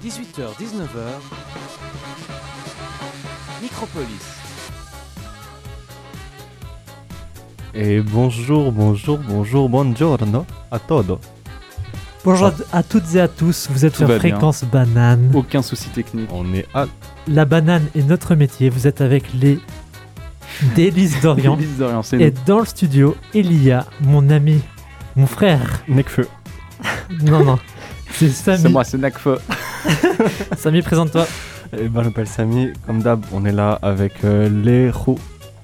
18h-19h, Micropolis. Et bonjour, buongiorno a todo. Bonjour à toutes et à tous, vous êtes Tout sur va bien. Fréquence Banane. Aucun souci technique. On est à La banane est notre métier, vous êtes avec les délices d'Orient. Délices d'Orient, c'est Et nous. dans le studio, il y a mon ami, mon frère. Necfeu. Non, c'est Samy. C'est moi, c'est Nakfo. Samy, présente-toi. Et ben, je m'appelle Samy. Comme d'hab, on est là avec les roux.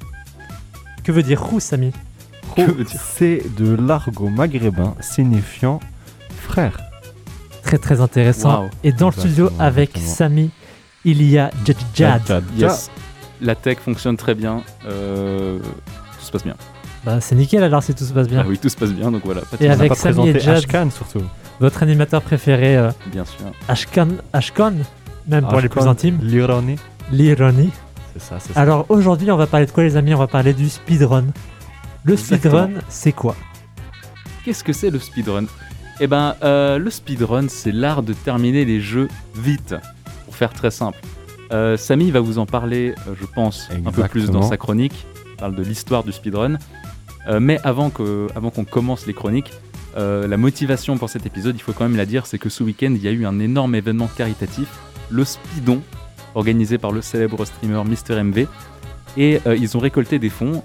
Que veut dire roux, Samy? Que veut dire C'est de l'argot maghrébin signifiant frère. Très très intéressant. Waouh. Et dans le studio, Exactement, avec exactement. Samy, il y a Jad. Yes. La tech fonctionne très bien. Tout se passe bien. Bah, c'est nickel alors si tout se passe bien. Ah oui, tout se passe bien, donc voilà. Pas de Et soucis. On n'a avec pas Samy et présenté Jad. Ashkan surtout. Votre animateur préféré, Bien sûr. Ashkan, même pour les plus Ashkan, intimes, L'ironie. l'ironie. C'est ça, c'est ça. Alors aujourd'hui, on va parler de quoi, les amis? On va parler du speedrun. Le Exactement. speedrun, c'est quoi? Qu'est-ce que c'est le speedrun? Eh ben, le speedrun, c'est l'art de terminer les jeux vite. Pour faire très simple. Samy va vous en parler, je pense, un peu plus dans Exactement. sa chronique. Il parle de l'histoire du speedrun. Mais avant qu'on commence les chroniques, la motivation pour cet épisode, il faut quand même la dire, c'est que ce week-end, il y a eu un énorme événement caritatif, le Speedon, organisé par le célèbre streamer MrMV. Et ils ont récolté des fonds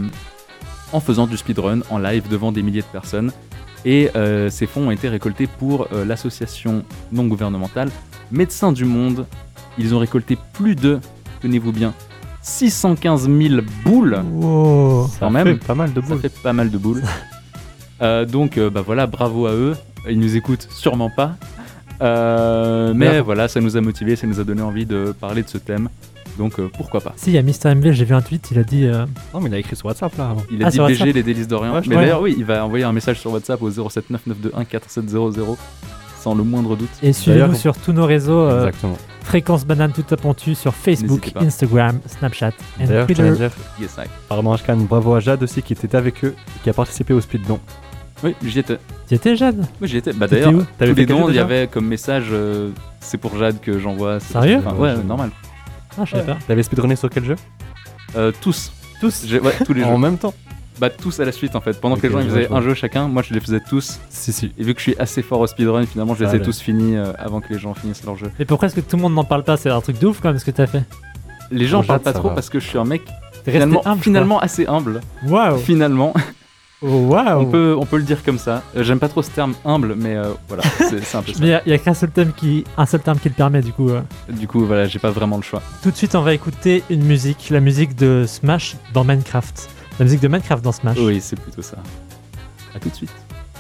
en faisant du speedrun en live devant des milliers de personnes. Et ces fonds ont été récoltés pour l'association non gouvernementale Médecins du Monde. Ils ont récolté plus de, tenez-vous bien, 615 000 boules. Wow. Ça quand fait même, pas mal de Ça boules. fait pas mal de boules. Donc bah voilà, bravo à eux. Ils nous écoutent sûrement pas. Mais Merde. voilà, ça nous a motivés, ça nous a donné envie de parler de ce thème. Donc pourquoi pas. Si, il y a MrMV, j'ai vu un tweet, il a dit... Non, mais il a écrit sur WhatsApp là avant. Il a dit sur BG, WhatsApp. les délices d'Orient. Ouais, je Mais crois. d'ailleurs, oui, il va envoyer un message sur WhatsApp au 079 921 4700 sans le moindre doute. Et suivez-nous D'ailleurs, sur tous nos réseaux, Exactement. Fréquence Banane tout à pontu, sur Facebook, N'hésitez pas. Instagram, Snapchat et D'ailleurs, je Twitter. tiens à dire, Yes, I. pardon Ashkan, bravo à Jade aussi qui était avec eux, qui a participé au speed don. Oui, j'y étais. Tu étais, Jade? Oui, j'y étais. Bah T'étais d'ailleurs, où? T'avais tous fait les quel dons, jeu il y déjà avait comme message c'est pour Jade que j'envoie. Sérieux? Enfin, ouais, Ouais, je- normal. Ah, je sais pas. T'avais speedrunné sur quel jeu? Tous. Tous Ouais, tous les jeux. En même temps? Bah tous à la suite en fait. Pendant Ok, que les gens ils je faisaient vois. un jeu chacun, moi je les faisais tous. Si. Et vu que je suis assez fort au speedrun, finalement je les Ça ai allait. tous finis avant que les gens finissent leur jeu. Mais pourquoi est-ce que tout le monde n'en parle pas? C'est un truc de ouf quand même ce que t'as fait. Les gens Pour parlent Jade, pas ça trop va. parce que je suis un mec T'es resté finalement, humble, je finalement assez humble. crois. Waouh! Finalement, Waouh! on peut le dire comme ça. J'aime pas trop ce terme humble, mais voilà, c'est un peu ça. Mais il y a qu'un seul terme qui le permet du coup. Du coup voilà, j'ai pas vraiment le choix. Tout de suite, on va écouter une musique, la musique de Smash dans Minecraft. La musique de Minecraft dans Smash. Oui, c'est plutôt ça. À tout de suite.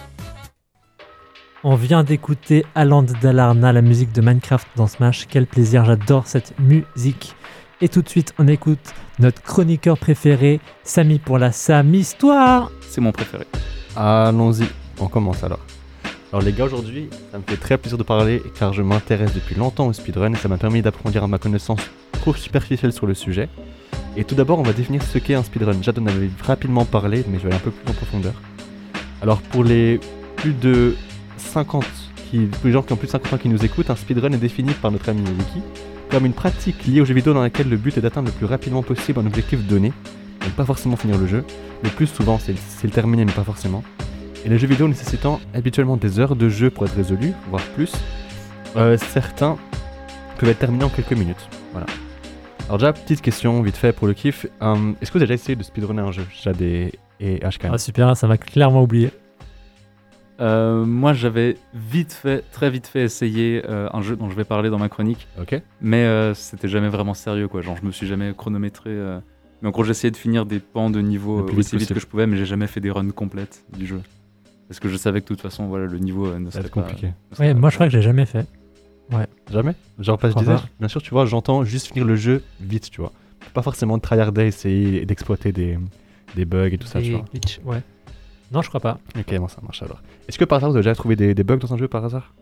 On vient d'écouter Aland Dalarna, la musique de Minecraft dans Smash. Quel plaisir, j'adore cette musique. Et tout de suite, on écoute notre chroniqueur préféré, Samy, pour la Samy-histoire. C'est mon préféré. Allons-y, on commence alors. Alors les gars, aujourd'hui, ça me fait très plaisir de parler car je m'intéresse depuis longtemps au speedrun et ça m'a permis d'approfondir ma connaissance trop superficielle sur le sujet. Et tout d'abord, on va définir ce qu'est un speedrun. Jad en avait rapidement parlé, mais je vais aller un peu plus en profondeur. Alors pour les plus de 50, pour les gens qui ont plus de 50 ans qui nous écoutent, un speedrun est défini par notre ami Wiki comme une pratique liée aux jeux vidéo dans laquelle le but est d'atteindre le plus rapidement possible un objectif donné, donc pas forcément finir le jeu. Le plus souvent, c'est le terminer, mais pas forcément. Et les jeux vidéo nécessitant habituellement des heures de jeu pour être résolus, voire plus, certains peuvent être terminés en quelques minutes. Voilà. Alors déjà, petite question vite fait pour le kiff. Est-ce que vous avez déjà essayé de speedrunner un jeu, Jad et HK? Ah super, ça m'a clairement oublié. Moi j'avais très vite fait essayé un jeu dont je vais parler dans ma chronique. Ok. Mais c'était jamais vraiment sérieux quoi, genre je me suis jamais chronométré. Mais en gros j'essayais de finir des pans de niveau Le plus vite aussi vite possible. que je pouvais, mais j'ai jamais fait des runs complètes du jeu. Parce que je savais que de toute façon voilà, le niveau ne Ça va serait être pas compliqué. ne serait Ouais, pas- moi je crois que j'ai jamais fait. Jamais? Genre, pas je Crois disais, pas. bien sûr, tu vois, j'entends juste finir le jeu vite, tu vois. Pas forcément de tryharder, essayer d'exploiter des bugs et tout ça, tu Et vois. glitch, ouais. Non, je crois pas. Ok, bon, ça marche alors. Est-ce que par hasard, vous avez déjà trouvé des bugs dans un jeu par hasard?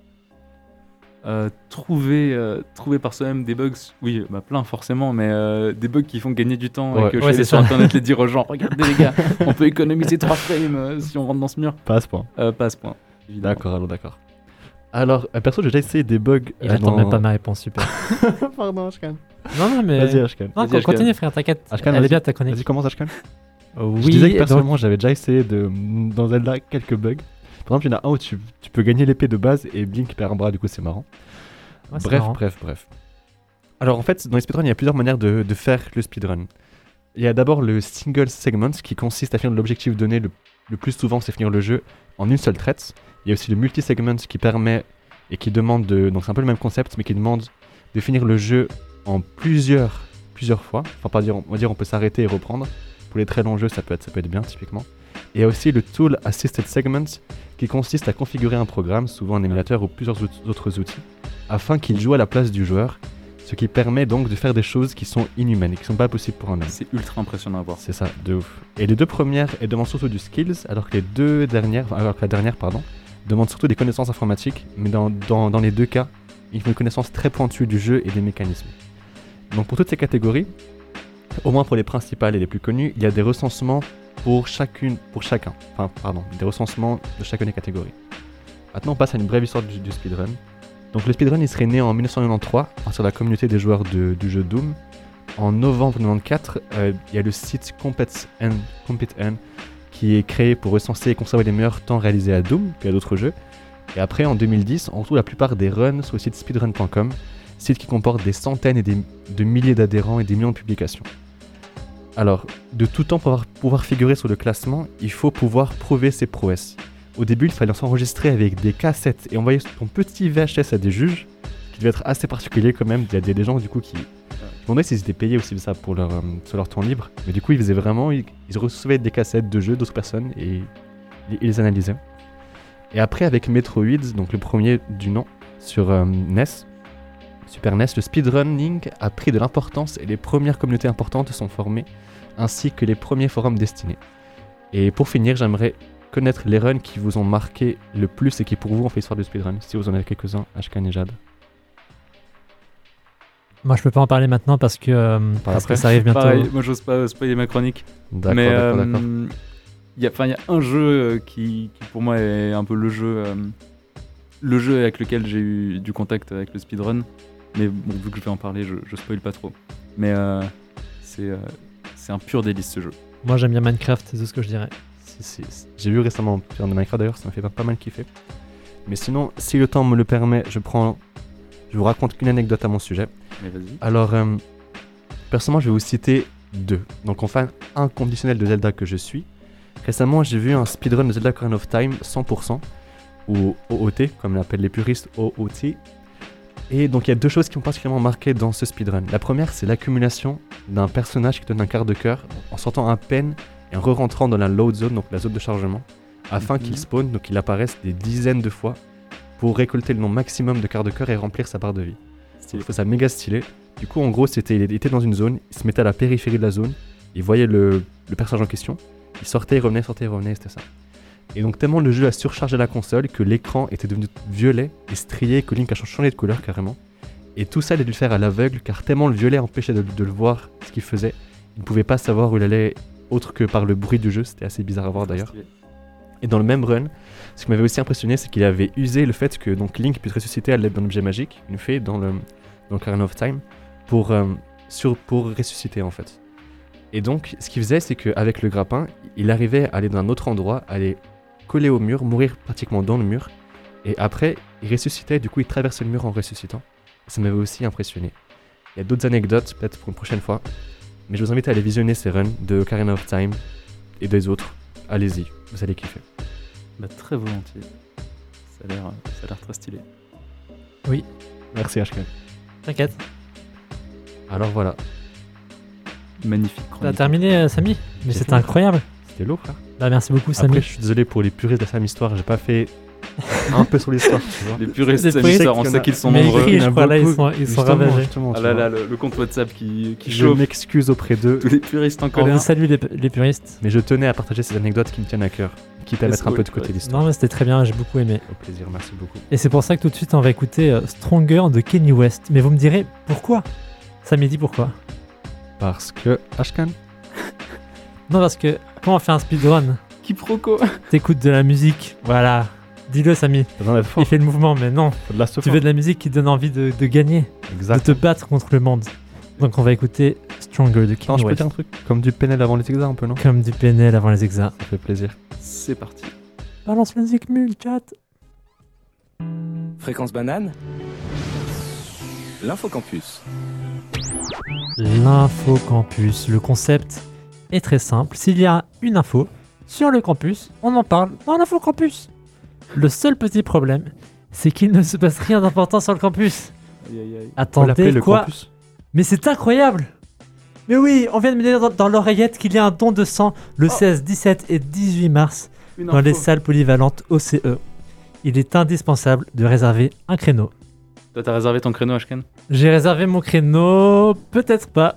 Trouver par soi-même des bugs, oui, bah plein forcément, mais des bugs qui font gagner du temps Ouais. et que je Ouais, vais aller c'est sur ça. internet les dire aux gens, regardez les gars, on peut économiser 3 frames si on rentre dans ce mur. Pas à ce point. Pas à ce point, évidemment. D'accord, alors d'accord. Alors, perso, j'ai déjà essayé des bugs. Il attend même pas ma réponse, super. Pardon, Ashkan. Non, mais. Vas-y, Ashkan. Non, Vas-y, Ashkan. continue, frère, t'inquiète. Ashkan, Elle est vas-y. bien ta chronique. Vas-y, commence, Ashkan. Oui, Je disais que donc- personnellement, j'avais déjà essayé dans Zelda quelques bugs. Par exemple, il y en a un où tu peux gagner l'épée de base et Blink perd un bras, du coup, c'est marrant. Ouais, c'est marrant. Bref. Alors, en fait, dans les speedruns, il y a plusieurs manières de faire le speedrun. Il y a d'abord le single segment qui consiste à finir l'objectif donné le plus souvent, c'est finir le jeu en une seule traite. Il y a aussi le multi-segment qui permet et qui demande donc c'est un peu le même concept, mais qui demande de finir le jeu en plusieurs fois. Enfin, pas dire, on va dire, on peut s'arrêter et reprendre. Pour les très longs jeux, ça peut être bien, typiquement. Et il y a aussi le Tool Assisted Segment qui consiste à configurer un programme, souvent un émulateur ou plusieurs autres outils, afin qu'il joue à la place du joueur, ce qui permet donc de faire des choses qui sont inhumaines et qui sont pas possibles pour un homme. C'est ultra impressionnant à voir. C'est ça, de ouf. Et les deux premières, elles demandent surtout du skills, alors que la dernière, demande surtout des connaissances informatiques, mais dans les deux cas, il faut une connaissance très pointue du jeu et des mécanismes. Donc pour toutes ces catégories, au moins pour les principales et les plus connues, il y a des recensements des recensements de chacune des catégories. Maintenant, on passe à une brève histoire du speedrun. Donc le speedrun, il serait né en 1993 sur la communauté des joueurs du jeu Doom. En novembre 1994, il y a le site Compet-N qui est créé pour recenser et conserver les meilleurs temps réalisés à Doom, puis à d'autres jeux. Et après, en 2010, on retrouve la plupart des runs sur le site speedrun.com, site qui comporte des centaines et de milliers d'adhérents et des millions de publications. Alors, de tout temps, pour pouvoir figurer sur le classement, il faut pouvoir prouver ses prouesses. Au début, il fallait s'enregistrer avec des cassettes et envoyer ton petit VHS à des juges, qui devait être assez particulier quand même. Il y a des gens du coup qui... Je me demandais s'ils étaient payés aussi de ça pour sur leur temps libre, mais du coup ils faisaient vraiment... Ils recevaient des cassettes de jeux d'autres personnes et ils les analysaient. Et après, avec Metroid, donc le premier du nom, sur Super NES, le speedrunning a pris de l'importance et les premières communautés importantes sont formées, ainsi que les premiers forums destinés. Et pour finir, j'aimerais connaître les runs qui vous ont marqué le plus et qui pour vous ont fait l'histoire du speedrun, si vous en avez quelques-uns, Ashkan et Jad. Moi, je peux pas en parler maintenant parce que après. ça arrive bientôt. Pareil, moi j'ose pas spoiler ma chronique. D'accord. Il y a un jeu qui pour moi est un peu le jeu avec lequel j'ai eu du contact avec le speedrun. Mais bon, vu que je vais en parler, je spoil pas trop. Mais c'est un pur délice ce jeu. Moi, j'aime bien Minecraft, c'est tout ce que je dirais. J'ai vu récemment un de Minecraft d'ailleurs, ça m'a fait pas mal kiffer. Mais sinon, si le temps me le permet, je vous raconte une anecdote à mon sujet. Mais vas-y. Alors, personnellement, je vais vous citer deux. Donc, en fan inconditionnel de Zelda que je suis, récemment, j'ai vu un speedrun de Zelda Ocarina of Time 100%, ou OOT, comme l'appellent les puristes, OOT. Et donc, il y a deux choses qui m'ont particulièrement marqué dans ce speedrun. La première, c'est l'accumulation d'un personnage qui donne un quart de cœur en sortant à peine et en re-rentrant dans la load zone, donc la zone de chargement, afin qu'il spawn, donc qu'il apparaisse des dizaines de fois pour récolter le nombre maximum de quarts de cœur et remplir sa barre de vie. Il faut ça méga stylé. Du coup, en gros, il était dans une zone, il se mettait à la périphérie de la zone, il voyait le personnage en question, il sortait, il revenait, c'était ça. Et donc tellement le jeu a surchargé la console que l'écran était devenu violet et strié, que Link a changé de couleur carrément. Et tout ça, il a dû le faire à l'aveugle, car tellement le violet empêchait de le voir, ce qu'il faisait. Il ne pouvait pas savoir où il allait, autre que par le bruit du jeu, c'était assez bizarre à voir d'ailleurs. Et dans le même run, ce qui m'avait aussi impressionné, c'est qu'il avait usé le fait que donc, Link puisse ressusciter à l'aide d'un objet magique, une fée dans Ocarina of Time, pour ressusciter en fait. Et donc, ce qu'il faisait, c'est qu'avec le grappin, il arrivait à aller dans un autre endroit, aller coller au mur, mourir pratiquement dans le mur, et après, il ressuscitait, du coup, il traversait le mur en ressuscitant. Ça m'avait aussi impressionné. Il y a d'autres anecdotes, peut-être pour une prochaine fois, mais je vous invite à aller visionner ces runs de Ocarina of Time et des autres. Allez-y, vous allez kiffer. Bah, très volontiers. Ça a l'air très stylé. Oui. Merci Ashkan. T'inquiète. Alors voilà. Magnifique T'as chronique. terminé, Samy? Mais J'ai c'était fini. incroyable. C'était lourd, frère. Bah, merci beaucoup, Samy. Après, je suis désolé pour les puristes de la Sam Histoire, j'ai pas fait un peu sur l'histoire, tu vois. Les puristes Les de puristes, on sait qu'ils sont Mais nombreux. écrit, Il y en je a crois, là, ils beaucoup. sont Justement, ravagés. justement, Ah tu là vois. là, le compte WhatsApp qui Je chauffe. m'excuse auprès d'eux, Tous les puristes en On colère. vous salue les puristes. mais je tenais à partager ces anecdotes qui me tiennent à cœur, quitte à Let's mettre un go, peu de les côté puristes. l'histoire. Non, mais c'était très bien, j'ai beaucoup aimé. Au plaisir, merci beaucoup. Et c'est pour ça que tout de suite, on va écouter Stronger de Kanye West. Mais vous me direz, pourquoi? Samy dit pourquoi? Parce que Ashkan, Non, parce que quand on fait un speedrun, Quiproquo. t'écoutes de la musique, voilà. Dis-le, Samy. Ça doit être fort. Il fait le mouvement, mais non. Faut de la Tu veux de la musique qui donne envie de gagner, Exact. de te battre contre le monde. Donc on va écouter Stronger de Non, King je peux West. dire un truc comme du PNL avant les examens un peu, non? Comme du PNL avant les examens. Ça fait plaisir. C'est parti. Balance la musique mule, chat. Fréquence banane. L'Infocampus. L'infocampus. Le concept est très simple. S'il y a une info sur le campus, on en parle dans l'infocampus. Le seul petit problème, c'est qu'il ne se passe rien d'important sur le campus. Aïe, aïe, aïe. On peut l'appeler Attendez, le quoi? campus. Mais c'est incroyable! Mais oui, on vient de me dire dans l'oreillette qu'il y a un don de sang le 16, 17 et 18 mars Une dans les info. salles polyvalentes OCE. Il est indispensable de réserver un créneau. Toi, t'as réservé ton créneau, Ashken? J'ai réservé mon créneau, peut-être pas.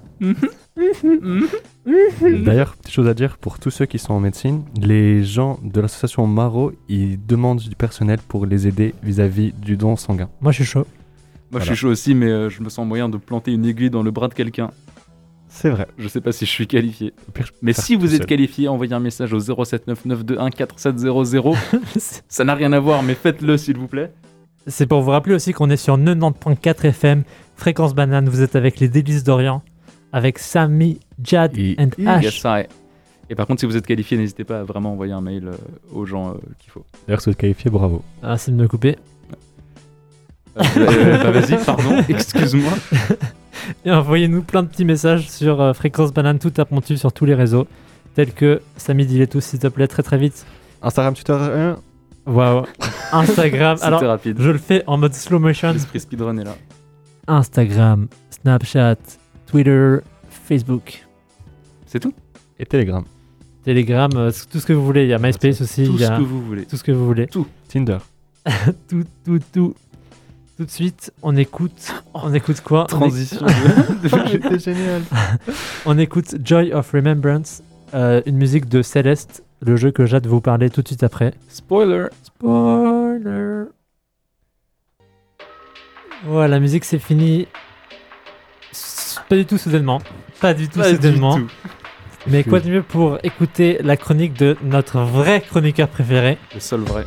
D'ailleurs, petite chose à dire pour tous ceux qui sont en médecine, les gens de l'association Maro, ils demandent du personnel pour les aider vis-à-vis du don sanguin. Moi, je suis chaud. Moi, Voilà. je suis chaud aussi, mais je me sens moyen de planter une aiguille dans le bras de quelqu'un. C'est vrai. Je sais pas si je suis qualifié. Au pire, je peux Mais faire si tout vous êtes seul. qualifié, envoyez un message au 07992144700. Ça n'a rien à voir, mais faites-le s'il vous plaît. C'est pour vous rappeler aussi qu'on est sur 90.4 FM, fréquence banane. Vous êtes avec les délices d'Orient, avec Samy, Jad Et- and Ash. Yes, I. Et par contre, si vous êtes qualifié, n'hésitez pas à vraiment envoyer un mail aux gens qu'il faut. D'ailleurs, si vous êtes qualifié, bravo. Ah, c'est de me couper. Vas-y, pardon, excuse-moi. Et envoyez-nous plein de petits messages sur Fréquence Banane, tout à Pontus sur tous les réseaux, tels que Samy, dis-les tous s'il te plaît, très très vite. Instagram, Twitter, 1. Waouh. Instagram, C'était alors rapide. je le fais en mode slow motion. L'esprit speedrun est là. Instagram, Snapchat, Twitter, Facebook, C'est tout. Et Telegram. Telegram, tout ce que vous voulez. Il y a MySpace aussi, Tout il y ce a que vous voulez. tout ce que vous voulez. Tinder. Tout. Tout de suite, on écoute quoi? Transition. C'était génial. On écoute Joy of Remembrance, une musique de Celeste, le jeu que Jade va vous parler tout de suite après. Spoiler. Spoiler. Voilà, la musique c'est fini. Pas du tout soudainement. Pas du tout Pas du soudainement. tout. Mais quoi de mieux pour écouter la chronique de notre vrai chroniqueur préféré, Le seul vrai.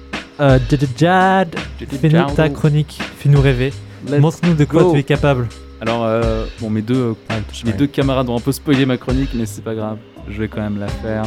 Jad. Fais-nous ta chronique, fais-nous rêver. Montre-nous de quoi go. tu es capable. Alors, bon, mes deux camarades ont un peu spoilé ma chronique, mais c'est pas grave, je vais quand même la faire.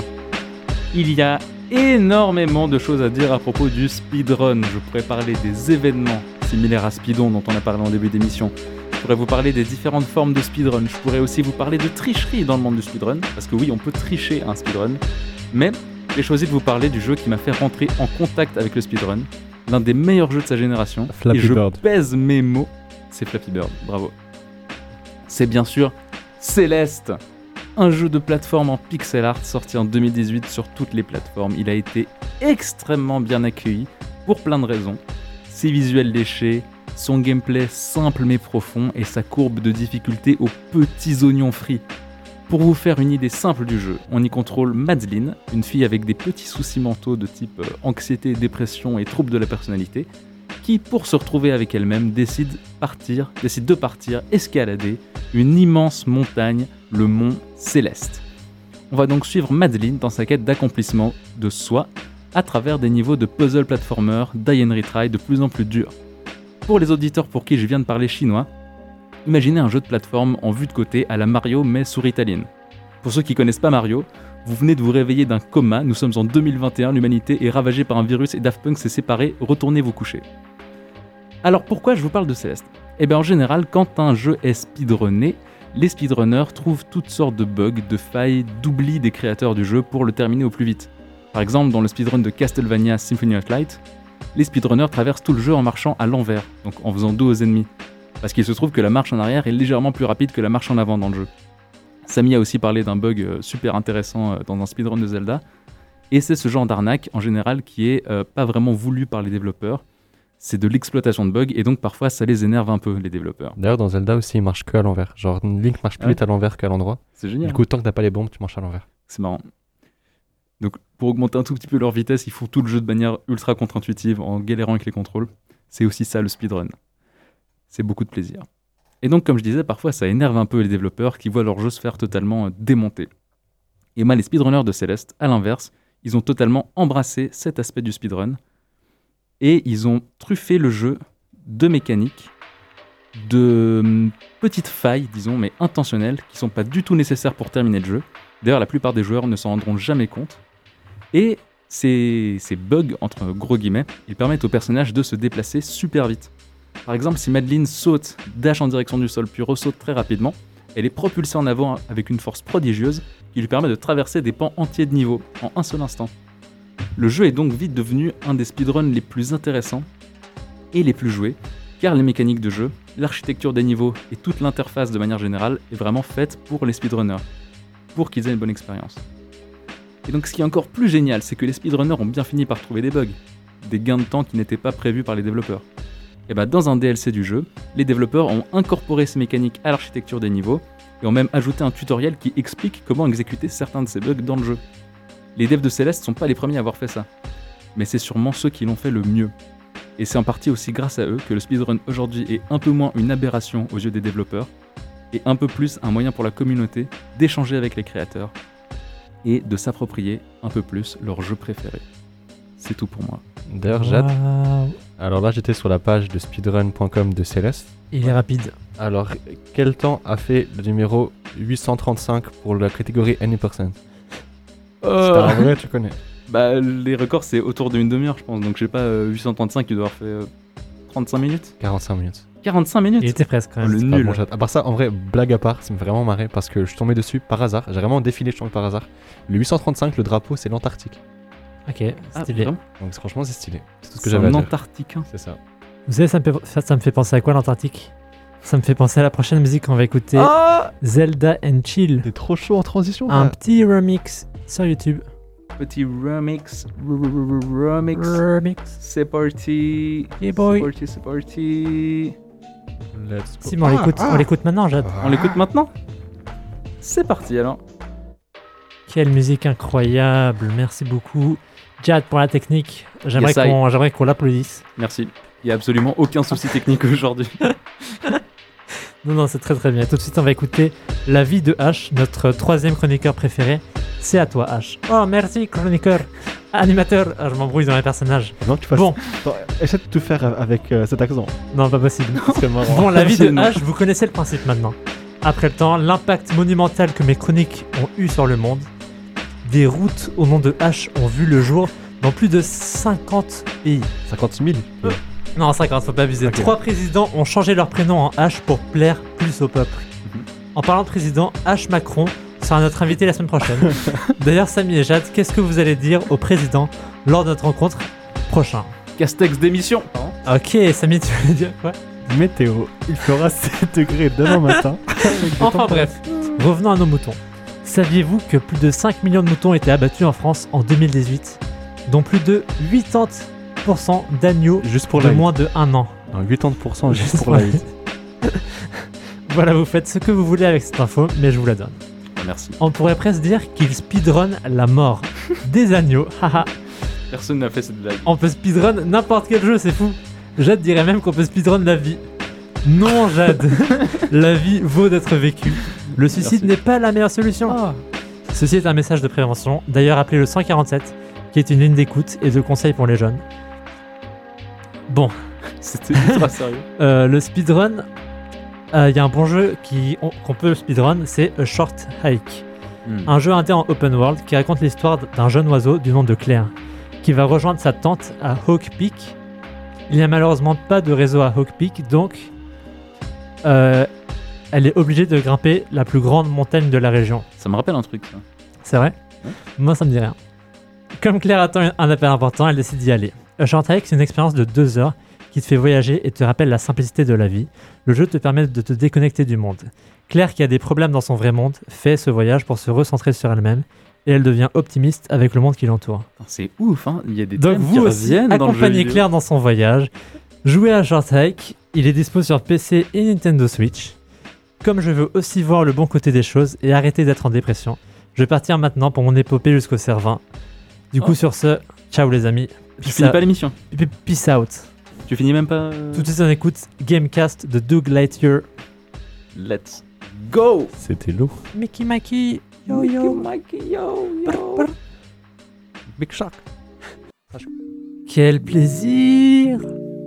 Il y a énormément de choses à dire à propos du speedrun. Je pourrais parler des événements similaires à Speedon dont on a parlé en début d'émission. Je pourrais vous parler des différentes formes de speedrun. Je pourrais aussi vous parler de tricherie dans le monde du speedrun, parce que oui, on peut tricher un speedrun. Mais j'ai choisi de vous parler du jeu qui m'a fait rentrer en contact avec le speedrun, l'un des meilleurs jeux de sa génération. Flappy et je Bird. pèse mes mots. C'est Flappy Bird, bravo. C'est bien sûr Celeste, un jeu de plateforme en pixel art sorti en 2018 sur toutes les plateformes. Il a été extrêmement bien accueilli pour plein de raisons. Ses visuels léchés, son gameplay simple mais profond et sa courbe de difficulté aux petits oignons frits. Pour vous faire une idée simple du jeu, on y contrôle Madeline, une fille avec des petits soucis mentaux de type anxiété, dépression et troubles de la personnalité, qui, pour se retrouver avec elle-même, décide de partir escalader une immense montagne, le mont Céleste. On va donc suivre Madeline dans sa quête d'accomplissement de soi à travers des niveaux de puzzle platformer, die and retry de plus en plus durs. Pour les auditeurs pour qui je viens de parler chinois, imaginez un jeu de plateforme en vue de côté à la Mario mais souris italienne. Pour ceux qui connaissent pas Mario, vous venez de vous réveiller d'un coma, nous sommes en 2021, l'humanité est ravagée par un virus et Daft Punk s'est séparé, retournez vous coucher. Alors pourquoi je vous parle de Céleste ? Eh bien en général, quand un jeu est speedrunné, les speedrunners trouvent toutes sortes de bugs, de failles, d'oubli des créateurs du jeu pour le terminer au plus vite. Par exemple, dans le speedrun de Castlevania Symphony of Light, les speedrunners traversent tout le jeu en marchant à l'envers, donc en faisant dos aux ennemis. Parce qu'il se trouve que la marche en arrière est légèrement plus rapide que la marche en avant dans le jeu. Samy a aussi parlé d'un bug super intéressant dans un speedrun de Zelda, et c'est ce genre d'arnaque en général qui est pas vraiment voulu par les développeurs. C'est de l'exploitation de bugs, et donc parfois ça les énerve un peu, les développeurs. D'ailleurs, dans Zelda aussi, il marche que à l'envers. Genre, Link marche plus Ouais. vite à l'envers qu'à l'endroit. C'est génial. Du coup, tant que t'as pas les bombes, tu marches à l'envers. C'est marrant. Donc, pour augmenter un tout petit peu leur vitesse, ils font tout le jeu de manière ultra contre-intuitive, en galérant avec les contrôles. C'est aussi ça le speedrun. C'est beaucoup de plaisir. Et donc, comme je disais, parfois ça énerve un peu les développeurs qui voient leur jeu se faire totalement démonter. Et moi, les speedrunners de Céleste, à l'inverse, ils ont totalement embrassé cet aspect du speedrun. Et ils ont truffé le jeu de mécaniques, de petites failles, disons, mais intentionnelles, qui sont pas du tout nécessaires pour terminer le jeu. D'ailleurs, la plupart des joueurs ne s'en rendront jamais compte. Et ces bugs, entre gros guillemets, ils permettent au personnage de se déplacer super vite. Par exemple, si Madeline saute, dash en direction du sol, puis ressaute très rapidement, elle est propulsée en avant avec une force prodigieuse qui lui permet de traverser des pans entiers de niveau en un seul instant. Le jeu est donc vite devenu un des speedruns les plus intéressants et les plus joués, car les mécaniques de jeu, l'architecture des niveaux et toute l'interface de manière générale est vraiment faite pour les speedrunners, pour qu'ils aient une bonne expérience. Et donc ce qui est encore plus génial, c'est que les speedrunners ont bien fini par trouver des bugs, des gains de temps qui n'étaient pas prévus par les développeurs. Et bah dans un DLC du jeu, les développeurs ont incorporé ces mécaniques à l'architecture des niveaux et ont même ajouté un tutoriel qui explique comment exécuter certains de ces bugs dans le jeu. Les devs de Celeste sont pas les premiers à avoir fait ça, mais c'est sûrement ceux qui l'ont fait le mieux. Et c'est en partie aussi grâce à eux que le speedrun aujourd'hui est un peu moins une aberration aux yeux des développeurs et un peu plus un moyen pour la communauté d'échanger avec les créateurs et de s'approprier un peu plus leur jeu préféré. C'est tout pour moi. D'ailleurs, Jade, Waouh. alors là j'étais sur la page de speedrun.com de Céleste. Il est rapide. Alors, quel temps a fait le numéro 835 pour la catégorie Any%? C'est un vrai, tu connais. Bah les records c'est autour d'une demi-heure je pense, donc je sais pas, 835 il doit avoir fait 35 minutes 45 minutes. 45 minutes. Il était presque quand même. Le C'est pas nul. bon, Jade. À part ça, en vrai, blague à part, ça me fait vraiment marrer parce que je suis tombé dessus par hasard. J'ai vraiment défilé, je suis tombé par hasard. Le 835, le drapeau, c'est l'Antarctique. Ok, Ah, stylé. vraiment Donc franchement, c'est stylé. C'est tout ce que C'est j'avais à un dire. Antarcticain. C'est ça. Vous savez, ça me fait penser à quoi l'Antarctique? Ça me fait penser à la prochaine musique qu'on va écouter. Ah, Zelda and Chill. t'es trop chaud en transition. Un là. petit remix sur YouTube. Petit remix. Remix. Remix. C'est parti. Yeah, boy. C'est parti. Let's go. Simon, on l'écoute maintenant, Jade. On l'écoute maintenant. C'est parti alors. Quelle musique incroyable. Merci beaucoup, Jade, pour la technique. J'aimerais Yes, qu'on l'applaudisse. Merci. Il n'y a absolument aucun souci technique aujourd'hui. Non, c'est très très bien. Tout de suite, on va écouter La vie de H, notre troisième chroniqueur préféré. C'est à toi, H. Oh, merci, chroniqueur. Animateur. Ah, je m'embrouille dans les personnages. Non, tu fasses. Bon, Attends, essaie de tout faire avec cet accent. non, pas possible. C'est marrant. Bon, la vie de Non. H, vous connaissez le principe maintenant. Après le temps, l'impact monumental que mes chroniques ont eu sur le monde. Des routes au nom de H ont vu le jour dans plus de 50 pays. 50 000. Non, 50, faut pas abuser. Ok. 3 présidents ont changé leur prénom en H pour plaire plus au peuple. Mhm. En parlant de président, H Macron sera notre invité la semaine prochaine. D'ailleurs, Samy et Jade, qu'est-ce que vous allez dire au président lors de notre rencontre prochain? Castex d'émission. Ok, Samy, tu veux dire quoi? Météo, il fera 7 degrés demain matin. Enfin bref, revenons à nos moutons. Saviez-vous que plus de 5 millions de moutons étaient abattus en France en 2018, dont plus de 80% d'agneaux Juste pour de la moins de 1 an? Non, 80% juste pour la hit. Voilà, vous faites ce que vous voulez avec cette info, mais je vous la donne. Merci. On pourrait presque dire qu'il speedrun la mort des agneaux. Haha. Personne n'a fait cette blague. On peut speedrun n'importe quel jeu, c'est fou. Jade dirait même qu'on peut speedrun la vie. Non, Jade. La vie vaut d'être vécue. Le suicide Merci. n'est pas la meilleure solution. Ah. Ceci est un message de prévention. D'ailleurs, appelez le 147, qui est une ligne d'écoute et de conseils pour les jeunes. Bon, C'était ultra sérieux. le speedrun, il y a un bon jeu qu'on peut speedrun, c'est A Short Hike. Un jeu indé en open world qui raconte l'histoire d'un jeune oiseau du nom de Claire, qui va rejoindre sa tante à Hawk Peak. Il n'y a malheureusement pas de réseau à Hawk Peak, donc elle est obligée de grimper la plus grande montagne de la région. Ça me rappelle un truc, ça. C'est vrai? Ouais. Moi, ça me dit rien. Comme Claire attend un appel important, elle décide d'y aller. A Short Hike, c'est une expérience de 2 heures qui te fait voyager et te rappelle la simplicité de la vie. Le jeu te permet de te déconnecter du monde. Claire, qui a des problèmes dans son vrai monde, fait ce voyage pour se recentrer sur elle-même et elle devient optimiste avec le monde qui l'entoure. Putain, c'est ouf, hein. Il y a des Donc thèmes vous qui aussi, reviennent dans le jeu accompagnez vidéo. Claire dans son voyage. Jouez à Short Hike, il est dispo sur PC et Nintendo Switch. Comme je veux aussi voir le bon côté des choses et arrêter d'être en dépression, je vais partir maintenant pour mon épopée jusqu'au Cervin. Du coup, Oh. sur ce, ciao les amis. Tu finis pas l'émission. Peace out. Tu finis même pas. Tout de suite, on écoute Gamecast de Doug Lightyear. Let's go. C'était lourd. Mickey Mikey, yo yo. Mikey, yo, yo. Brr, brr. Big Shark. Quel plaisir.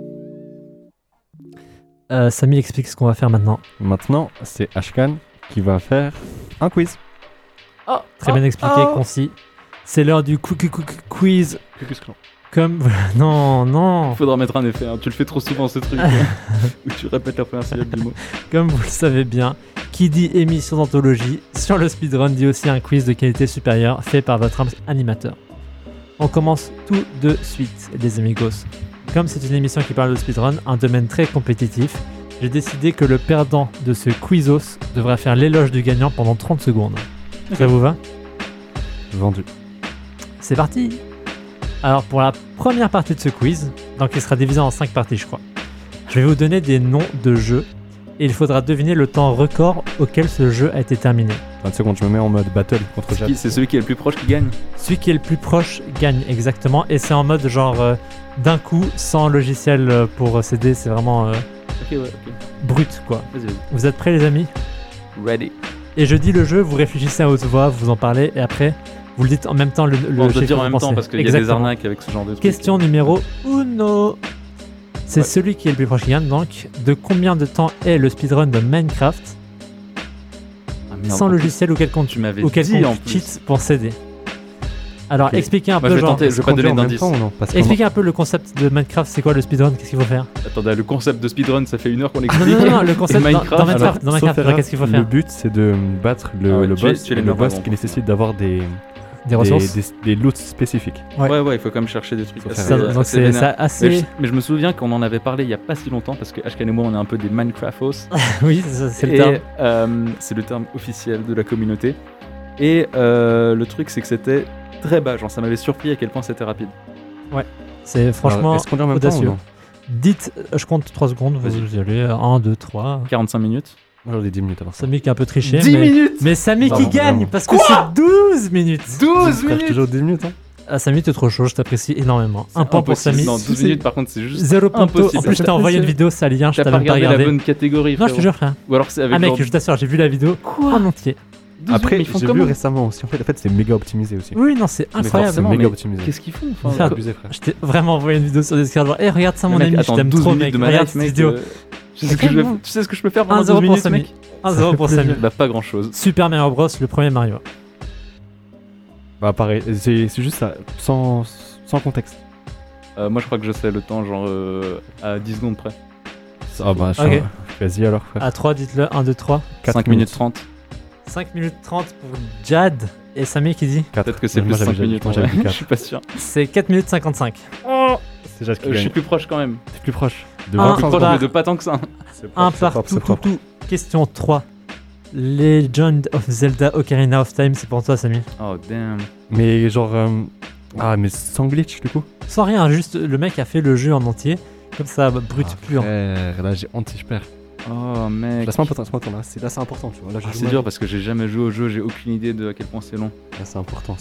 Samy explique ce qu'on va faire maintenant. Maintenant, c'est Ashkan qui va faire un quiz. Très bien expliqué, concis. C'est l'heure du quiz. Comme... Non. Faudra mettre un effet, hein. Tu le fais trop souvent ce truc où tu répètes la première syllabe du mot. Comme vous le savez bien, qui dit émission d'anthologie sur le speedrun dit aussi un quiz de qualité supérieure fait par votre animateur. On commence tout de suite, les amigos. Comme c'est une émission qui parle de speedrun, un domaine très compétitif, j'ai décidé que le perdant de ce quizos devrait faire l'éloge du gagnant pendant 30 secondes. Ça vous va ? Vendu. C'est parti. Alors pour la première partie de ce quiz, donc il sera divisé en 5 parties je crois, je vais vous donner des noms de jeux et il faudra deviner le temps record auquel ce jeu a été terminé. 30 secondes, je me mets en mode battle contre Jade. C'est celui qui est le plus proche qui gagne. Celui qui est le plus proche gagne exactement et c'est en mode genre d'un coup sans logiciel pour s'aider, c'est vraiment Ok. brut quoi. Vas-y. Vous êtes prêts les amis ? Ready. Et je dis le jeu, vous réfléchissez à haute voix, vous en parlez et après vous le dites en même temps le On doit chiffre dire que en vous même temps pensez. parce qu'il y a des Exactement. arnaques avec ce genre de trucs. Question numéro 1. C'est Ouais. celui qui est le plus proche qui gagne donc. De combien de temps est le speedrun de Minecraft Ah, merde. sans logiciel ou quelconque Tu m'avais ou dit en quelconque plus. cheat pour s'aider? Alors Ok. expliquez un Moi, peu je vais genre. tenter. Je vais pas donner Conduire en même d'indice. temps ou non? Parce que Expliquez un peu le concept de Minecraft, c'est quoi le speedrun, qu'est-ce qu'il faut faire? Attendez, le concept de speedrun, ça fait 1 heure qu'on Non, l'explique. non, le concept Et dans Minecraft, Minecraft, alors, dans Minecraft, sauf erreur, qu'est-ce qu'il faut le faire? but c'est de battre Ah ouais, le tu es boss, les le meilleurs boss avant, qui nécessite d'avoir des ressources. des loots spécifiques. Ouais. Ouais, il faut quand même chercher des trucs Faut assez, faire- Ça- donc assez c'est vénères. ça assez. Mais je me souviens qu'on en avait parlé il y a pas si longtemps parce que Ashkan et moi on est un peu des Minecraftos. Oui, c'est le Et, terme. c'est le terme officiel de la communauté. Et le truc c'est que c'était très bas, genre ça m'avait surpris à quel point c'était rapide. C'est franchement Alors, est-ce qu'on dit en même temps audacieux. ou non? Dites, je compte 3 secondes, Vas-y. vous y allez, 1, 2, 3. 45 minutes. Moi j'en ai 10 minutes avant ça. Samy qui a un peu triché. 10 mais... minutes Mais Samy Vraiment, qui gagne vraiment. parce que c'est 12 minutes. 12 Frère, minutes toujours 10 minutes hein. Ah, Samy, t'es trop chaud, je t'apprécie énormément. Un point pour Impossible. Samy. Non, 12 minutes par contre c'est juste 0 point. impossible. En plus, je t'ai envoyé une vidéo, ça lien, je T'as t'avais pas même pas regardé la regardé. bonne catégorie, Non, je te frérot. jure, frère. Ou alors c'est avec Ah, mec, genre je t'assure, j'ai vu la vidéo en entier. 12 Après, mais ils font j'ai comment vu récemment aussi. En fait, c'est méga optimisé aussi. Oui, non, c'est Mais incroyable. c'est forcément, méga mais optimisé. Qu'est-ce qu'ils font Faire enfin, C'est abusé, frère. Je t'ai vraiment envoyé une vidéo sur Discord, genre, regarde ça, mon mec, ami, je attends, t'aime 12 trop, minutes mec. de ma Regarde life, cette mec. vidéo. Tu sais ce que je peux faire pendant 1-0 12 pour minutes, Samy. mec 1-0 pour Samy. Bah pas grand chose. Super Mario Bros, le premier Mario. Bah pareil, c'est juste ça, sans contexte. Moi je crois que je sais le temps genre à 10 secondes près. Ah bah Ok. vas-y alors frère. À 3, dites-le. 1, 2, 3. 5 minutes 30. 5 minutes 30 pour Jad. Et Samy qui dit Quatre. Peut-être que c'est Moi, plus j'avais 5 déjà dit- minutes. moi, en j'avais vrai. dit Je suis pas sûr. c'est 4 minutes 55. C'est Jade qui Je suis gagne. plus proche quand même. T'es plus proche. De Un vingt Plus par- proche secondes. mais de pas tant que ça. C'est Un propre, c'est par propre, tout, c'est tout, propre. tout. Question 3. Legend of Zelda Ocarina of Time, c'est pour toi, Samy. Oh damn. Mais genre ah mais sans glitch du coup. Sans rien, juste le mec a fait le jeu en entier. Comme ça, brut, pur. Frère, là j'ai honte si je perds. Oh mec. Laisse-moi là, c'est important tu vois. Là, je Ah, joue c'est mal. dur parce que j'ai jamais joué au jeu, j'ai aucune idée de à quel point c'est long. Là, c'est important.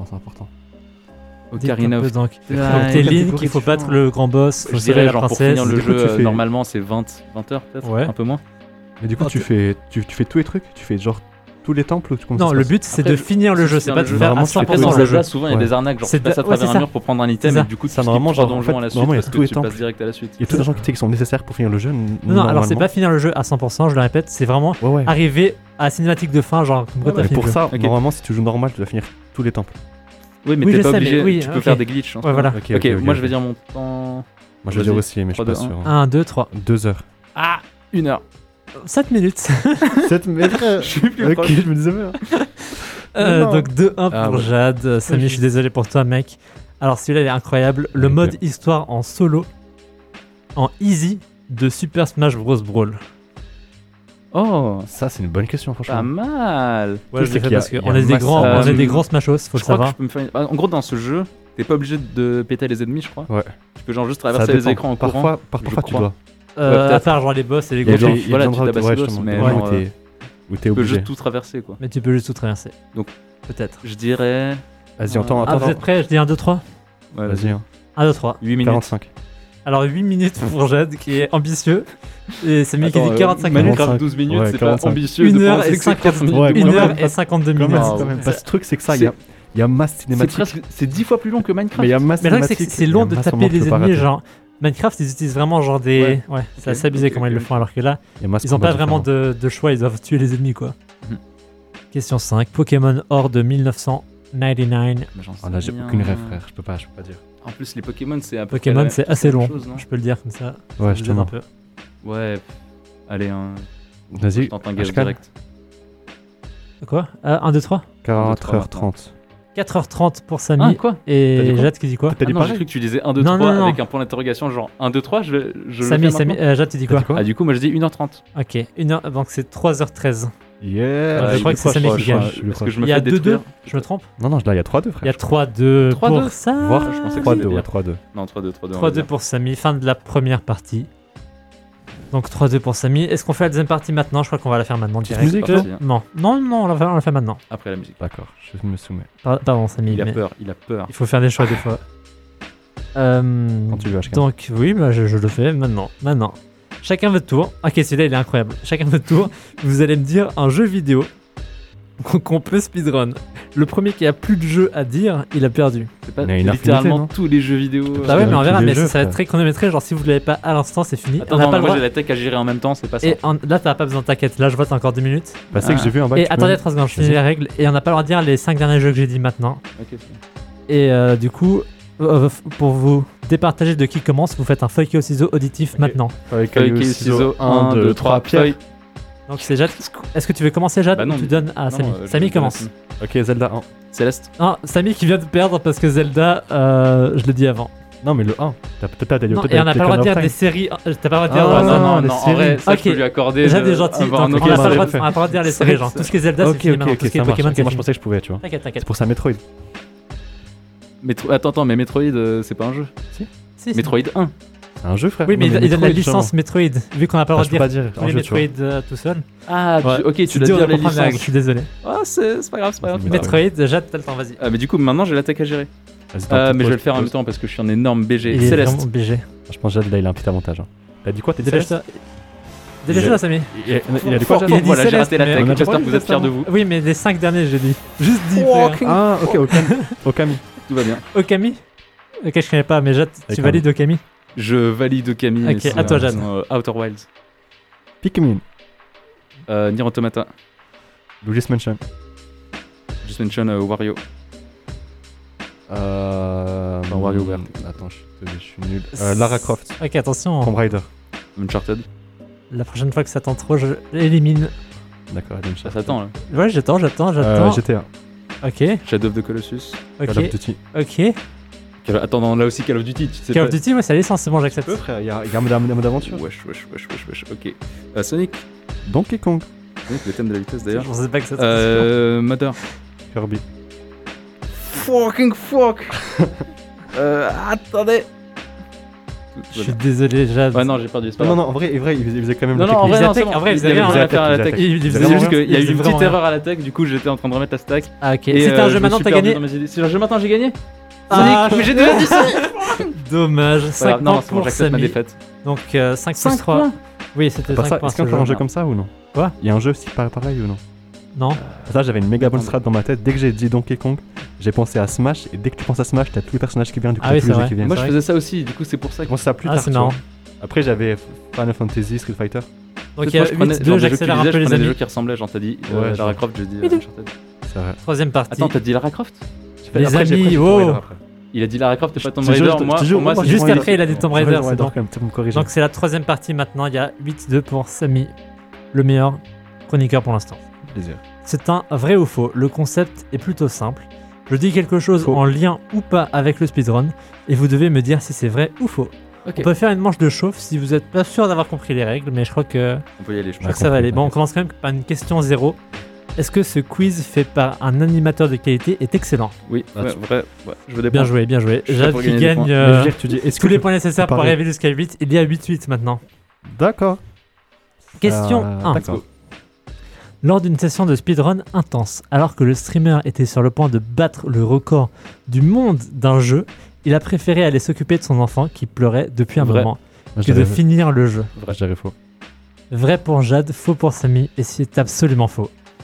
Dites Ocarina un peu of donc. Time. Donc t'es Link, catégorie il faut battre différente. le grand boss, faut Je sauver dirais la genre pour princesse. finir le Du coup, jeu tu fais- normalement c'est 20 heures peut-être, Ouais. un peu moins. Mais du coup Oh, tu fais tous les trucs, tu fais genre tous les temples ou comment ça Non, se le passe but c'est Après, de finir le jeu, c'est finir pas le de jeu. faire à Vraiment, tu fais 100% tout Après dans le Zelda jeu. souvent il y a Ouais. des arnaques, genre C'est tu passes à de- ouais, travers c'est un ça. mur pour prendre un C'est item ça. et du coup tu Ça, skippes normalement, 3 genre, en donjons fait, à la suite normalement, il y a parce tous que les tu temples. passes direct à la suite. Il y a tous les gens qui sont nécessaires pour finir le jeu. Non, alors c'est pas finir le jeu à 100%, je le répète, c'est vraiment Ouais. arriver à la cinématique de fin, genre comme quoi Ouais, t'as Et fini pour le jeu. ça, Ok. normalement, si tu joues normal, tu dois finir tous les temples. Oui mais Oui, t'es je pas sais, mais obligé, oui, tu peux ok. faire des glitches. Ouais, voilà. Ok, moi je vais dire mon temps. Moi, je vais dire Vas-y. aussi, mais je suis 3, pas 2, sûr. 1, 2, 3. 2 heures. Ah 1 heure. 7 minutes. 7 mètres. Je suis plus Ok, proche. je me disais bien. Non. Donc 2-1 Ah, pour ouais. Jade. Samy, je suis désolé pour toi, mec. Alors celui-là, il est incroyable. Le Ok. mode histoire en solo, en easy de Super Smash Bros. Brawl. Oh, Ça, c'est une bonne question, pas franchement. mal. Ouais, Tu je sais l'ai fait qu'il y a- parce il y a qu'on est des masse- grands, on est Euh, des grands smashos, faut Je le crois que savoir. je peux me faire en gros dans ce jeu, t'es pas obligé de péter les ennemis, je crois. Ouais. Tu peux genre juste Ça traverser les dépend. écrans en courant. Parfois, tu crois. dois. À peut-être. part genre les boss et les Il y a gros des gens. il y a voilà, des tu endroits où tabasses ouais, les boss, justement, mais des endroits genre, où t'es Tu peux obligé. juste tout traverser quoi. Mais tu peux juste tout traverser. Donc- Peut-être. Je dirais. Vas-y, attends, Ah, vous êtes prêts? Je dis 1, 2, 3. Ouais, Vas-y, hein. 1, 2, 3. 8 minutes. 45. Alors 8 minutes pour Jade qui est ambitieux. Et c'est lui qui Attends, dit 45 minutes. Minecraft 45. 12 minutes, Ouais, c'est pas 45. ambitieux. 1 de heure penser et que c'est 50 40 minutes Ouais, de Une quand moins. heure même. et 52 Quand minutes. même, Wow. quand même. Parce que le truc, c'est que ça, C'est- il y a Il y a masse C'est cinématique. presque, c'est 10 fois plus long que Minecraft. Mais il y a masse Mais là, c'est cinématique. que c'est il y a long de masse taper moments que tu les peux pas ennemis. rater. Genre, Minecraft, ils utilisent vraiment genre des. Ouais, c'est assez abusé comment ils le font, alors que là, Il y a masse ils n'ont combats pas vraiment différents. de choix, ils doivent tuer les ennemis, quoi. Mhm. Question 5. Pokémon Or de 1999. Mais j'en sais Ah, là, j'ai rien. aucune rêve, frère. Je peux pas dire. En plus, les Pokémon, c'est un peu. Pokémon, c'est assez long. Chose, non Je peux le dire comme ça. Ouais, je je te un mens. peu. Ouais. Allez, je Vas-y, tente un gaz Ashkan. direct. Quoi 1, 2, 3 4h30. 4h30 pour Samy. Ah, quoi T'as dit Et quoi Jade qui dit quoi T'as dit non, j'ai pareil cru que tu disais 1, 2, Non, 3 non, non. avec un point d'interrogation, genre 1, 2, 3, je le Samy, fais maintenant Jade, tu dis T'as quoi dit quoi Ah, du coup, moi je dis 1h30. Ok, 1h, donc c'est 3h13. Yeah. je crois que c'est Samy qui gagne. Parce que je me Il y a fais 2-2, détruire. je me trompe Non, là, il y a 3-2, Il y a frère. 3-2 3-2. pour ça. Voir, je pensais que 3-2, c'était ouais, bien. 3-2. Non, 3, 2, 3, 2. 3-2 pour Samy, fin de la première partie. Donc 3-2 pour Samy. Est-ce qu'on fait la deuxième partie maintenant? Je crois qu'on va la faire maintenant Petite direct. musique, Parti, là hein. Non, on la fait maintenant. Après la musique. D'accord, je me soumets. Pardon Samy, Il a mais peur, il a peur. il faut faire des choix des fois. Quand tu veux, Ashkan. Donc oui, bah, je le fais maintenant. Chacun votre tour. Ok, celui-là il est incroyable. Chacun votre tour. Vous allez me dire un jeu vidéo qu'on peut speedrun. Le premier qui a plus de jeux à dire, il a perdu. C'est pas Mais une littéralement infinité, tous les jeux vidéo. Bah ouais, mais on tous verra, les mais jeux, ça va être frère. très chronométré. Genre si vous l'avez pas à l'instant, c'est fini. Attends, on n'a non, pas le moi droit. j'ai la tech à gérer en même temps, c'est pas ça. Et là, t'as pas besoin, t'inquiète. Là, je vois, t'as encore 2 minutes. Bah, c'est que j'ai vu un bac. Et attendez 3 secondes, je finis Vas-y. les règles. Et on n'a pas le droit de dire les 5 derniers jeux que j'ai dit maintenant. Ok, c'est bon. Et du coup, pour vous départager de qui commence, vous faites un feuille au ciseau auditif Ok. maintenant. Avec Feuille, ciseaux, 1, 2, 3, Pierre. Donc c'est Jade. Est-ce que tu veux commencer, Jade, Bah non, ou tu mais- donnes à Non, Samy je Samy donne à commence. Samy. Ok, Zelda 1. Céleste. Non, Samy qui vient de perdre parce que Zelda, je l'ai dit avant. Non, mais le 1. T'as dit Non, et on n'a pas le droit de dire des séries. T'as pas le droit de dire. Ah, ouais, les en séries. vrai, ça Ok. je peux lui accorder. Jade de- est gentil. avoir Donc un on n'a autre pas le droit jeu. on n'a pas le droit de dire les séries. Genre tout ce qui est Zelda, c'est Ok, fini ok, maintenant. Tout ce ok, qui est ça marche. Pokémon, Ok, c'est moi je fini. pensais que je pouvais, tu vois. T'inquiète. C'est pour ça Metroid. Attends, mais Metroid, c'est pas un jeu. Si. Metroid 1. C'est un jeu, frère. Oui, mais Non, il donne la Metroid, licence Metroid. Vu qu'on n'a pas le Ah, je peux droit pas de dire dire tous un les jeu, tu vois. Metroid tout seul. Ah, Ouais. ok, tu C'est dois dur dire de les comprendre la règle, je licences. suis désolé. Ah, c'est pas grave, c'est pas grave. Mais- Metroid, Jade, t'as le temps, vas-y. Ah, mais du coup, maintenant j'ai la tech à gérer. Vas-y, t'en Mais je vais le faire en pose. même temps parce que je suis un énorme BG. Il est Céleste. vraiment BG. Je pense que Jade, là, il a un petit avantage. Hein. T'as dit quoi? T'es Dépêche-toi. Dépêche-toi, Samy. Il a dit quoi, Il a Jade? dit Voilà, j'ai Céleste, raté la mais- tech. On a J'espère pas que vous êtes fiers de vous. Oui, mais les 5 derniers, j'ai dit. Juste 10, frère. Ah, ok, Okami. Tout va bien. Okami Ok, je connais pas, mais Jade, tu Okami. valides Okami Je valide Okami. Ok, mais c'est à toi, un- Jade. c'est un, Outer Wilds. Pikmin. Nier Automata. Luigi's Mansion. Just mention Wario. WarioWare. Attends, je suis nul. Lara Croft. Ok, attention. Tomb Raider. Uncharted. La prochaine fois que ça tente trop, je l'élimine. D'accord, allez, Ça s'attend là. Ouais, j'attends. GTA. Ok, Shadow of the Colossus. Call of ok, Duty. ok. Attends, non, là aussi Call of Duty. Tu sais Call pas. of Duty, ouais, c'est la licence, c'est bon, j'accepte. frère, il y a un mode aventure. Wesh. Ok. Sonic. Donkey Kong. Sonic, le thème de la vitesse Je d'ailleurs. pensais pas que ça Mother. Kirby. Fucking fuck. Attendez. Je suis désolé, Jade. Ouais, non, j'ai perdu. c'est pas Non, grave. en vrai, il faisait quand même Non, la non, en technique. vrai, non, Ils c'est attaquent, bon. en vrai, ils Il y avaient avait rien rien à faire à ils l'attaque. attaquent. Il C'est faisait juste qu'il y a eu faisait une vraiment petite rien. erreur à l'attaque, du coup j'étais en train de remettre la stack. Ah, ok. Et Si t'as un jeu je me maintenant, suis t'as perdu gagné. dans mes idées. Si j'ai un jeu maintenant, j'ai gagné. Ah, Sonic, mais j'ai déjà dit ça. Dommage. Pas 5 grave, non, points c'est bon, pour j'accepte ma Samy. défaite. Donc 5 plus 5 3. points. Oui, c'était Pas 5 ça, points. est-ce qu'on ce peut un jeu jeu-là. comme ça ou non? Quoi? Il y a un jeu si pareil ou non? Non. Ça, j'avais une méga bonne strat dans ma tête. Dès que j'ai dit Donkey Kong, j'ai pensé à Smash. Et dès que tu penses à Smash, t'as tous les personnages qui viennent, du coup, Ah oui, tous c'est les jeux vrai. qui viennent. Moi je vrai. faisais ça aussi, du coup c'est pour ça que. Moi, ça plus Ah, tard. c'est tu vois. marrant. Après, j'avais Final Fantasy, Street Fighter. Donc il y Moi, a je prenais 8-2, genre des jeux que j'accélère tu un disais, peu je les prenais des jeux amis. qui ressemblaient, genre t'as dit Ouais, Lara Croft, j'ai dit Oui, Uncharted. C'est vrai. Troisième partie. Attends, t'as dit Lara Croft? Les Après, j'ai amis, pris Tomb wow. Raider après. Il a dit Lara Croft et pas Tomb Je te jure, Raider. je te jure, Moi, moi, c'est Juste Tomb Raider. après, il a dit Tomb Raider. c'est bon. quand même, me corriger. Donc c'est la troisième partie maintenant. Il y a 8-2 pour Samy, le meilleur chroniqueur pour l'instant. Plaisir. C'est un vrai ou faux. Le concept est plutôt simple. Je dis quelque chose Faux. en lien ou pas avec le speedrun et vous devez me dire si c'est vrai ou faux. Ok. On peut faire une manche de chauffe si vous n'êtes pas sûr d'avoir compris les règles, mais je crois que, On peut y aller, je je crois pense. que ça va aller. Bon, on compris. commence quand même par une question 0. Est-ce que ce quiz fait par un animateur de qualité est excellent? Oui, Ah, ouais, tu- vrai. Ouais, je veux des Bien points. joué, bien joué. Je suis là Jade pour qui gagner des gagne points. Mais je veux dire, tu dis, est-ce tous que les points nécessaires pour pareil. arriver jusqu'à 8. Il y a 8-8 maintenant. D'accord. Question 1. D'accord. Lors d'une session de speedrun intense, alors que le streamer était sur le point de battre le record du monde d'un jeu, il a préféré aller s'occuper de son enfant qui pleurait depuis un Vrai. moment Moi, que de finir le jeu. je dirais faux. Vrai pour Jade, faux pour Samy, et c'est absolument faux.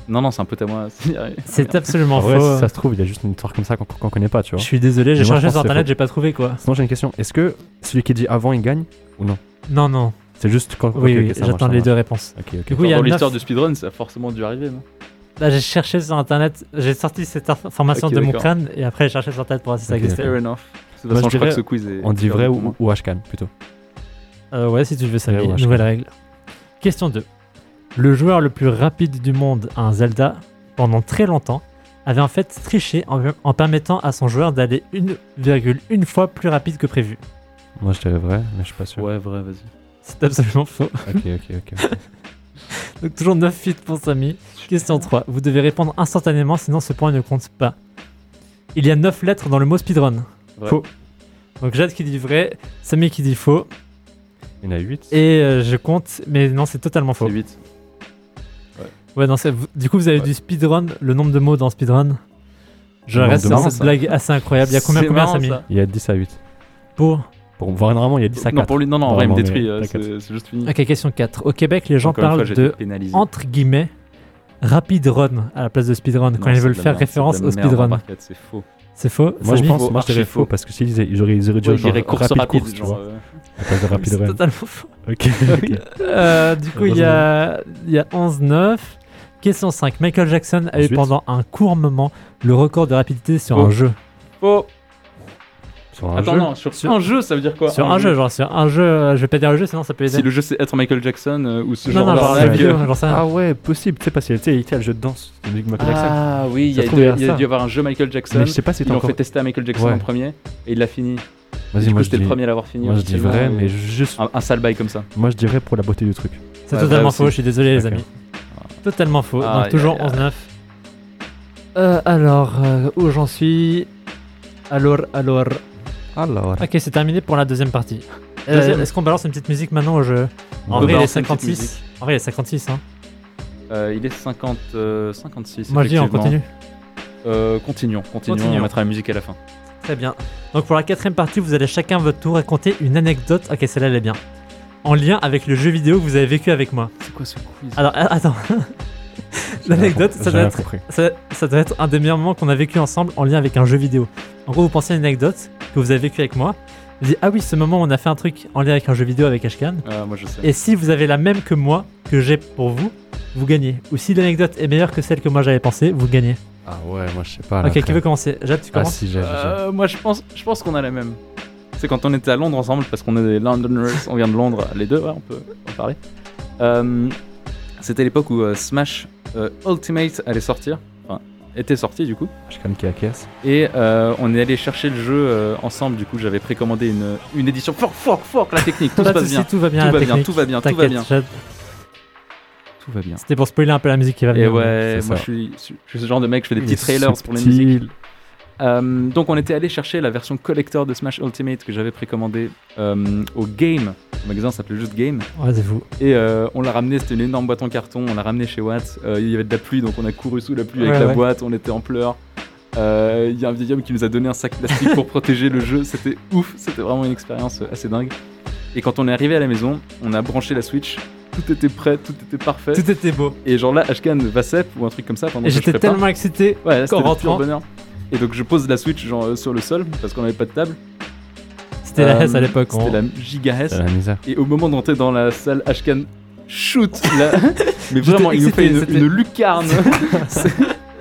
Non, c'est un pote à moi. C'est absolument En vrai, faux. si ça se trouve, il y a juste une histoire comme ça qu'on connaît pas, tu Je vois. suis désolé, j'ai Mais moi, cherché je pense sur que c'est internet, faux. j'ai pas trouvé quoi. Sinon, j'ai une question. Est-ce que celui qui dit avant, il gagne ou non? Non. C'est juste quand. Oui, ok, oui, ok, ça j'attends marche, les ça deux réponses. marche. Ok, Du ok. coup, il y a Dans 9... l'histoire du speedrun, ça a forcément dû arriver, non? Là, j'ai cherché sur internet, j'ai sorti cette information Ok, de mon d'accord. crâne et après j'ai cherché sur internet pour voir si ça Ok, existait. Fair enough. De toute Moi, façon, je je crois que dirais- ce quiz est. On dit vrai perdu pour moi. ou Ashkan plutôt. Ouais, si tu veux, ça Ouais, ouais, je nouvelle règle. Question 2. Le joueur le plus rapide du monde à un Zelda, pendant très longtemps, avait en fait triché en permettant à son joueur d'aller 1,1 fois plus rapide que prévu. Moi, je dirais vrai, mais je suis pas sûr. Ouais, vrai, vas-y. C'est absolument faux. Ok. Donc toujours 9 feats pour Samy. Question 3. Vous devez répondre instantanément, sinon ce point ne compte pas. Il y a 9 lettres dans le mot speedrun. Vrai. Faux. Donc Jade qui dit vrai, Samy qui dit faux, Il y en a 8. et je compte, mais non, c'est totalement faux. C'est 8. Ouais, non, du coup, vous avez Ouais. du speedrun, le nombre de mots dans speedrun. Je Le reste nombre de sur mots, cette ça. blague assez incroyable. Il y a combien, C'est combien marrant, Samy ça. Il y a 10 à 8. Pour Pour voir, normalement, il y a 10 à 4. Non, pour lui, non, en vrai, il me Normalement, détruit. mais t'inquiète. C'est juste fini. Ok, question 4. Au Québec, les gens Encore une fois, parlent j'ai été de pénalisé. entre guillemets rapid run à la place de speedrun quand Non, ils c'est veulent de la faire merde, référence c'est de au la merde, speedrun. Embarcade, C'est faux. C'est faux Moi, je Samy pense, faux, moi, je dirais archi faux faux. parce que s'ils ils auraient dû Ouais, dire je dirais genre course rapide, course, tu genre. vois, à place de rapid C'est run. totalement faux. Ok. Du coup, il y a 11-9. Question 5. Michael Jackson a eu Ensuite. pendant un court moment le record de rapidité sur Faux. un jeu. Faux. Sur un Attends, jeu. non, sur un jeu, ça veut dire quoi? Sur un jeu, genre sur un jeu, je vais pas dire le jeu, sinon ça peut aider. Si le jeu c'est être Michael Jackson ou ce Non, genre non, genre la d'arnaque, vidéo, genre ça. Ah ouais, possible. Tu sais, parce qu'il y a le jeu de danse de Michael Jackson. Ah oui, il Ça y se trouve, il y a a ça. dû y avoir un jeu Michael Jackson. Mais je sais pas si Ils t'as l'ont encore. fait tester à Michael Jackson Ouais. en premier et il l'a fini. Vas-y, Du moi coup, je c'était dis. le premier à l'avoir fini. Moi je dis officiellement, vrai, et mais juste. un sale bail comme ça. Moi je dirais pour la beauté du truc. C'est Ouais, totalement vrai faux, aussi. je suis désolé les Ok. amis. Totalement faux, Aïe, donc toujours aïe, aïe. 11-9. Alors, où j'en suis Alors. Alors. Ok, c'est terminé pour la deuxième partie. Deuxième. Est-ce qu'on balance une petite musique maintenant au jeu En peut vrai, il est balancer une petite 56. musique. En vrai, il est 56. Hein. Il est 56. Moi je dis on effectivement. continue. Continuons. Continuons. On mettra la musique à la fin. Très bien. Donc pour la quatrième partie, vous allez chacun à votre tour raconter une anecdote. Ok, celle-là elle est bien. En lien avec le jeu vidéo que vous avez vécu avec moi. C'est quoi ce quiz? Alors attends. L'anecdote, ça J'ai doit rien être compris. ça doit être un des meilleurs moments qu'on a vécu ensemble en lien avec un jeu vidéo. En gros, vous pensez à une anecdote que vous avez vécu avec moi. Vous dites, ah oui, ce moment où on a fait un truc en lien avec un jeu vidéo avec Ashkan. Moi je sais. Et si vous avez la même que moi, que j'ai pour vous, vous gagnez. Ou si l'anecdote est meilleure que celle que moi j'avais pensé, vous gagnez. Ah ouais, moi je sais pas. là, Ok, qui frère. veut commencer Jade, tu Ah commences si, j'ai. Moi je pense qu'on a la même. C'est quand on était à Londres ensemble, parce qu'on est des Londoners, on vient de Londres, les deux, ouais, on peut en parler. C'était l'époque où Smash Ultimate allait sortir, enfin était sorti du coup, Je suis qui acquiesce. et on est allé chercher le jeu ensemble. Du coup, j'avais précommandé une édition fort, la technique, tout se Pas de passe soucis, bien, tout va bien. tout la va bien, technique. tout va bien, tout va T'inquiète, bien, Jade. tout va bien. C'était pour spoiler un peu la musique qui va Et venir. ouais, c'est moi ça. je suis ce genre de mec, je fais des Il petits est trailers pour les subtil. musiques. Donc on était allé chercher la version collector de Smash Ultimate que j'avais précommandé au Game. Le magasin s'appelait juste Game. Ouais, c'est fou. Et on l'a ramené, c'était une énorme boîte en carton. On l'a ramené chez Watt. Il y avait de la pluie, donc on a couru sous la pluie avec Ouais, la ouais. boîte. On était en pleurs. Il y a un vieil homme qui nous a donné un sac plastique pour protéger le jeu. C'était ouf, c'était vraiment une expérience assez dingue. Et quand on est arrivé à la maison, on a branché la Switch. Tout était prêt, tout était parfait. Tout était beau. Et genre là, Ashkan va cep ou un truc comme ça pendant Et que je j'étais prépare. tellement excité. Ouais, là, c'était qu'en le pur rentrant- bonheur. Et donc je pose la Switch genre sur le sol parce qu'on avait pas de table. C'était la Hesse à l'époque. C'était la giga Hesse. C'est la misère. Et au moment d'entrer dans la salle, Ashkan shoot là. Mais J'étais vraiment, il nous fait excité, une lucarne. C'est-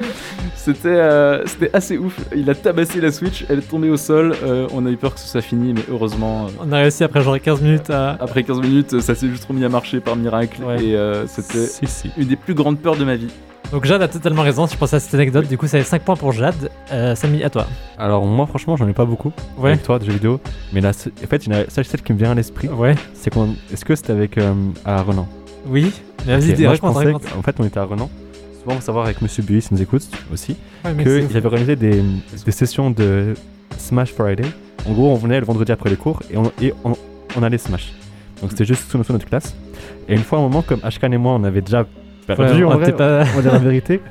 C'était assez ouf. Il a tabassé la Switch, elle est tombée au sol. On a eu peur que ce soit fini, mais heureusement, On a réussi après genre 15 minutes à. après 15 minutes, ça s'est juste remis à marcher par miracle. Ouais. Et c'était Si. une des plus grandes peurs de ma vie. Donc Jade a totalement raison. Je pense à cette anecdote. Du coup, ça fait 5 points pour Jade. Samy, à toi. Alors moi franchement j'en ai pas beaucoup Ouais. avec toi de jeux vidéo, mais là en fait il y en a celle qui me vient à l'esprit, Ouais. c'est qu'on est-ce que c'était avec à Renan? Oui. Mais vas-y, Ok, dis, moi, je raconte, pensais raconte. qu'en fait on était à Renan. Souvent faut savoir avec Monsieur Buis, il nous écoute aussi, Ouais, mec, c'est qu'il avait organisé des sessions de Smash Friday. En gros on venait le vendredi après les cours et on allait Smash. Donc c'était juste sous notre classe. Et une fois à un moment comme Ashkan et moi on avait déjà perdu Ouais, en on vrai, était pas- on va dire la vérité.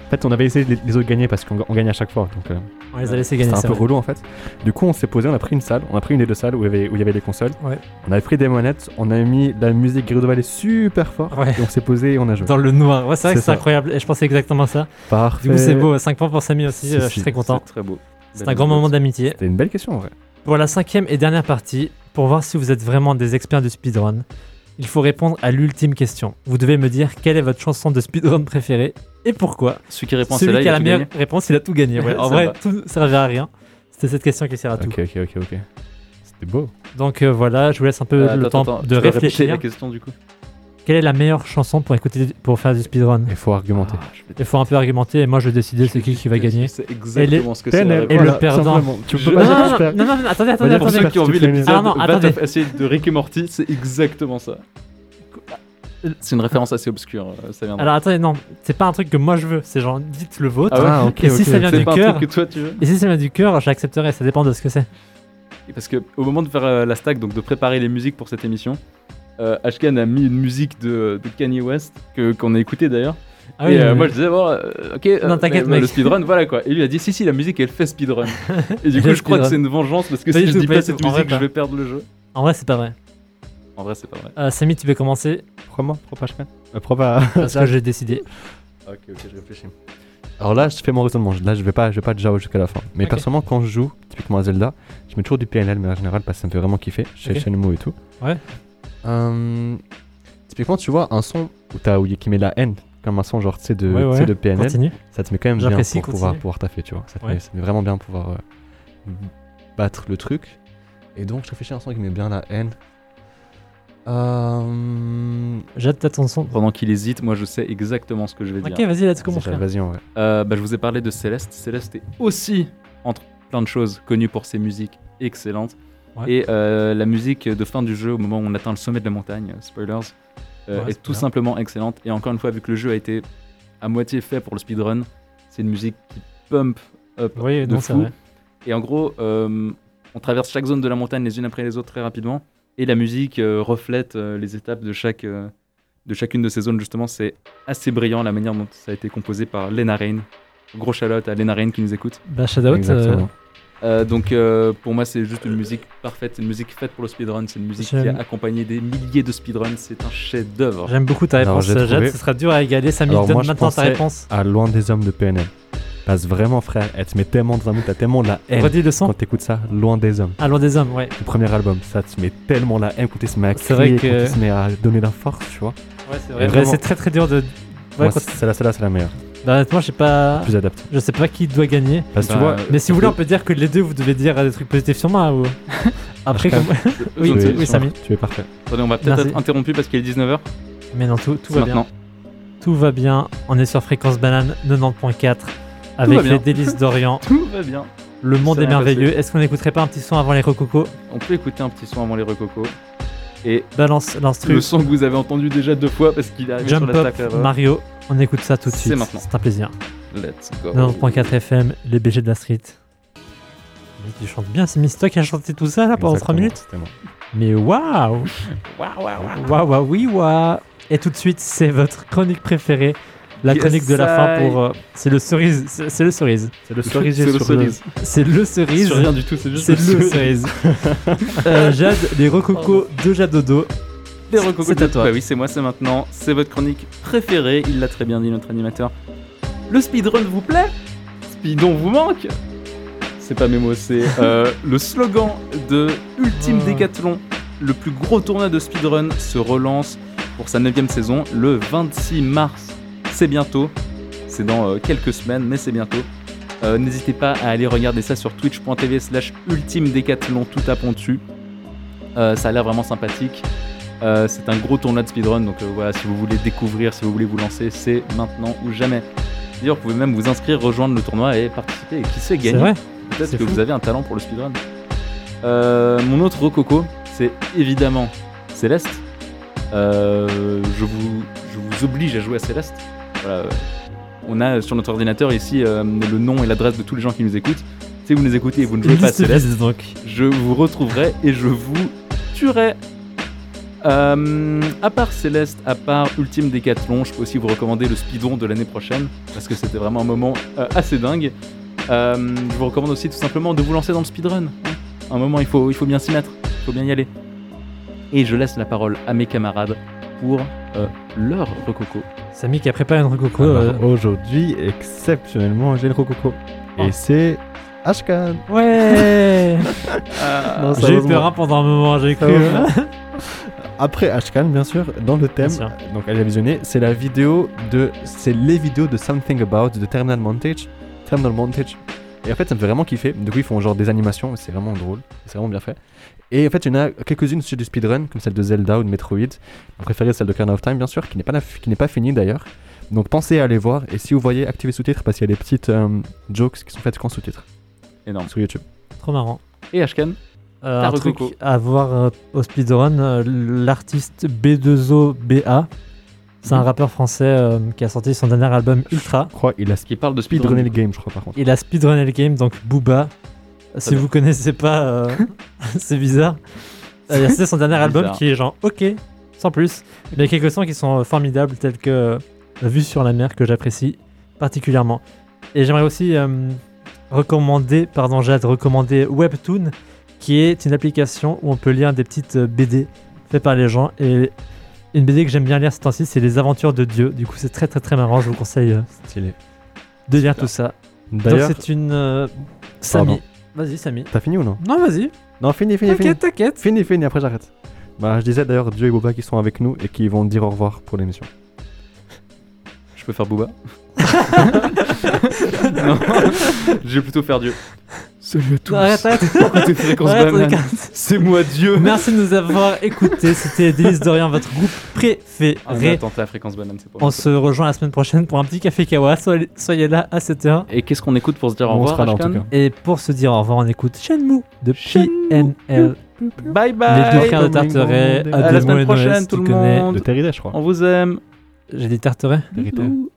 En fait, on avait essayé de les autres gagner parce qu'on gagnait à chaque fois. Donc, On les a laissés gagner. c'était un peu relou en fait. Du coup, on s'est posé, on a pris une des deux salles où il y avait les consoles. Ouais. On avait pris des manettes, on a mis la musique Gerudo Valley super fort. Ouais. Et on s'est posé et on a joué. Dans le noir. Ouais, c'est vrai que C'est c'est ça. incroyable. Et je pensais exactement ça. Parfait. Du coup, c'est beau. 5 points pour Samy aussi. Si, Je si. suis très content. C'est très beau. C'est un grand moment d'amitié. C'était une belle question en vrai. Pour la 5e et dernière partie, pour voir si vous êtes vraiment des experts du speedrun, il faut répondre à l'ultime question. Vous devez me dire quelle est votre chanson de speedrun préférée et pourquoi. Celui qui répond à Celui celle-là, qui il a a la tout meilleure gagné. réponse, il a tout gagné. Ouais. En Ça vrai, va. tout ne servait à rien. C'était cette question qui sert à tout. Ok. C'était beau. Donc voilà, je vous laisse un peu le Attends, temps tu de peux répéter réfléchir. la question du coup. Quelle est la meilleure chanson pour faire du speedrun? Il faut argumenter. Il faut un peu argumenter et moi je vais décider c'est qui va gagner. C'est exactement ce que c'est. PNL, la Et réponse. le perdant. Tu Je- peux Non, pas non, dire que je non, perds. non, attendez, Vas-y, Pour ceux attendez. qui ont vu l'épisode Ah non, attendez. de Rick et Morty, c'est exactement ça. C'est une référence assez obscure, ça viendra. Alors attendez, non, c'est pas un truc que moi je veux, c'est genre dites le vôtre. Ah ouais, Ah, ok, et si ok. ça vient C'est du pas un cœur, truc que toi tu veux. et si ça vient du cœur, j'accepterai, ça dépend de ce que c'est. Parce que au moment de faire la stack, donc de préparer les musiques pour cette émission, Ashkan a mis une musique de Kanye West qu'on a écouté d'ailleurs. Ah Et oui, moi je disais bon, ok, Non, t'inquiète, mais le mec. speedrun, voilà quoi. Et lui il a dit si la musique elle fait speedrun. Et du coup Le je crois que speedrun. c'est une vengeance parce que Pas si du je tout, dis pas pas du cette tout. En vrai, musique, je pas. vais perdre le jeu. En vrai, c'est pas vrai. En vrai c'est pas vrai. Samy, tu peux commencer Pourquoi pas Ashkan Pourquoi pas parce que j'ai décidé. Ok, je réfléchis. Alors là, je fais mon raisonnement. Là, je vais pas Jao jusqu'à la fin. Mais Ok. personnellement, quand je joue, typiquement à Zelda, je mets toujours du PNL, mais en général, parce que ça me fait vraiment kiffer. Chez Ok. Shenmue et tout. Ouais. Typiquement, tu vois, un son qui met la haine, comme un son genre, tu sais, de, Ouais, ouais. tu sais, de PNL, Continue. ça te met quand même bien J'apprécie, pour continue. pouvoir taffer, tu vois. Ça Ouais. te met vraiment bien pour pouvoir battre le truc. Et donc, je réfléchis à un son qui met bien la haine. Jette ta ton son. Pendant qu'il hésite, moi je sais exactement ce que je vais dire. Ok, vas-y, let's go mon frère. Vas-y, en vrai. Je vous ai parlé de Céleste. Céleste est aussi, entre plein de choses, connu pour ses musiques excellentes. Ouais. Et la musique de fin du jeu, au moment où on atteint le sommet de la montagne, spoilers, Ouais, est tout spoiler. simplement excellente. Et encore une fois, vu que le jeu a été à moitié fait pour le speedrun, c'est une musique qui pump up Oui, de non, c'est fou. vrai. Et en gros, on traverse chaque zone de la montagne les unes après les autres très rapidement. Et la musique reflète les étapes de chacune de ces zones, justement. C'est assez brillant la manière dont ça a été composé par Lena Raine. Gros shout-out à Lena Raine qui nous écoute. Bah, Shoutout, Exactement. Donc pour moi, c'est juste une musique parfaite. C'est une musique faite pour le speedrun. C'est une musique qui J'aime. a accompagné des milliers de speedruns. C'est un chef-d'œuvre. j'aime beaucoup ta Alors, réponse, j'ai trouvé- Jade. Ce sera dur à égaler. Samy, Alors, donne moi, je maintenant ta pensais- réponse. À Loin des hommes de PNL. Parce que vraiment, frère, elle te met tellement dans un mood, t'as tellement de la haine. Redis le son. Quand t'écoutes ça, Loin des hommes. Allons des hommes, ouais. Le premier album, ça te met tellement la haine quand il se met à C'est vrai crier, que- quand il se met à donner la force, tu vois. Ouais, c'est vrai. Vraiment. c'est très très dur de. Ouais, Moi, quand- celle-là, c'est la meilleure. Bah, honnêtement, je sais pas. Plus adaptée. Je sais pas qui doit gagner. Parce que Bah, tu vois, Mais si vous voulez, on peut dire que les deux, vous devez dire des trucs positifs sur moi ou. Après, Ashkan. comme. Oui, Oui, oui, Samy. tu es parfait. Attendez, on va peut-être Merci. être interrompu parce qu'il est 19h. Mais non, tout C'est va bien. maintenant. Tout va bien. On est sur Fréquence Banane 90.4 avec va bien. les délices d'Orient. Tout va bien. Le monde Ça est va merveilleux. passer. Est-ce qu'on n'écouterait pas un petit son avant les recocos? On peut écouter un petit son avant les recocos. Et Balance l'instru. le son que vous avez entendu déjà 2 fois parce qu'il est arrivé sur Jump la Up stack là-bas. Mario. On écoute ça tout de C'est suite. maintenant. C'est un plaisir. Let's go. 90.4 FM, les BG de la street. Mais tu chantes bien, c'est Mistock qui a chanté tout ça là pendant 3 Exactement, minutes. c'était moi. Mais waouh! Waouh, waouh, oui, waouh! Et tout de suite, c'est votre chronique préférée. La Yes, chronique de la fin I. pour. C'est le cerise. C'est le cerise. C'est le C'est cerisier le sur cerise. C'est le cerise. Sur rien du tout, c'est juste C'est le cerise. Jade, les recocos de Jadodo. Les recocos C'est à toi. Bah oui, c'est moi, c'est maintenant. C'est votre chronique préférée. Il l'a très bien dit, notre animateur. Le speedrun vous plaît? Speedon vous manque? C'est pas mes mots, c'est le slogan de Ultime Décathlon. Le plus gros tournoi de speedrun se relance pour sa 9ème saison le 26 mars. C'est bientôt. C'est dans quelques semaines, mais c'est bientôt. N'hésitez pas à aller regarder ça sur twitch.tv/Ultime Décathlon, tout tapant dessus. Ça a l'air vraiment sympathique. C'est un gros tournoi de speedrun, donc voilà, si vous voulez découvrir, si vous voulez vous lancer, c'est maintenant ou jamais. D'ailleurs, vous pouvez même vous inscrire, rejoindre le tournoi et participer. Et qui sait C'est gagner? vrai? Peut-être c'est que fou. vous avez un talent pour le speedrun. Mon autre rococo, c'est évidemment Céleste. Je vous oblige à jouer à Céleste. Voilà, on a sur notre ordinateur ici le nom et l'adresse de tous les gens qui nous écoutent. Si vous nous écoutez et vous ne jouez Une pas à liste Céleste, vide, donc. je vous retrouverai et je vous tuerai. À part Céleste, à part Ultime Décathlon, je peux aussi vous recommander le speedrun de l'année prochaine, parce que c'était vraiment un moment assez dingue. Je vous recommande aussi tout simplement de vous lancer dans le speedrun. À un moment, il faut bien s'y mettre, il faut bien y aller. Et je laisse la parole à mes camarades pour leur rococo. Samy qui a préparé une rococo. Alors, aujourd'hui, exceptionnellement, j'ai le rococo. Et c'est Ashkan. Ouais. Non, J'ai eu peur pendant un moment, j'ai cru. Après Ashkan, bien sûr, dans le thème, Bien sûr. donc elle a visionné, c'est les vidéos de Something About de Terminal Montage. Et en fait, ça me fait vraiment kiffer. Du coup, ils font genre des animations, c'est vraiment drôle, c'est vraiment bien fait. Et en fait, il y en a quelques-unes sur du speedrun, comme celle de Zelda ou de Metroid. Ma préférée, c'est celle de Ocarina of Time, bien sûr, qui n'est pas finie d'ailleurs. Donc pensez à aller voir, et si vous voyez, activez sous-titres, parce qu'il y a des petites jokes qui sont faites qu'en sous-titres Énorme. sur YouTube. Trop marrant. Et Ashkan, Un truc rococo. à voir au speedrun, l'artiste B2OBA. C'est un rappeur français qui a sorti son dernier album Ultra. Je crois qu'il a qui parle de speedrunné le speedrun. game, je crois, par contre. Il a speedrunné le game, donc Booba. Si bien. vous connaissez pas, c'est bizarre. C'est son dernier album Bizarre. qui est genre ok, sans plus. Mais il y a quelques sons qui sont formidables, tels que Vue sur la mer, que j'apprécie particulièrement. Et j'aimerais aussi recommander Webtoon, qui est une application où on peut lire des petites BD faites par les gens. Et une BD que j'aime bien lire ces temps-ci, c'est Les Aventures de Dieu. Du coup, c'est très très très marrant. Je vous conseille Stylé. de lire tout ça. Donc D'ailleurs, c'est une Samy. Vas-y Samy. t'as fini ou non? Non, vas-y. Non, fini. T'inquiète. Fini, après j'arrête. Bah, je disais d'ailleurs Dieu et Boba qui sont avec nous et qui vont dire au revoir pour l'émission. Je peux faire Booba. Non, je vais plutôt faire Dieu. Salut à tous. Non, arrête. Écoutez Fréquence Arrête, Banane. regarde. C'est moi Dieu. Merci de nous avoir écoutés. C'était Délices d'Orient, votre groupe préféré. Attendez, à Fréquence Banane, c'est pas On se rejoint la semaine prochaine pour un petit café kawa. Soyez là à 7h. Et qu'est-ce qu'on écoute pour se dire au On revoir, sera là, en Ashkan tout cas. Et pour se dire au revoir, on écoute Shenmue de Shenmue. PNL. Bye Les bye. deux frères de Tarteret. À la Ademo semaine et Noël, prochaine, si tout tu le connais. monde. De Terriday, je crois. On vous aime. J'ai dit Tarteret. Terriday. Bisous.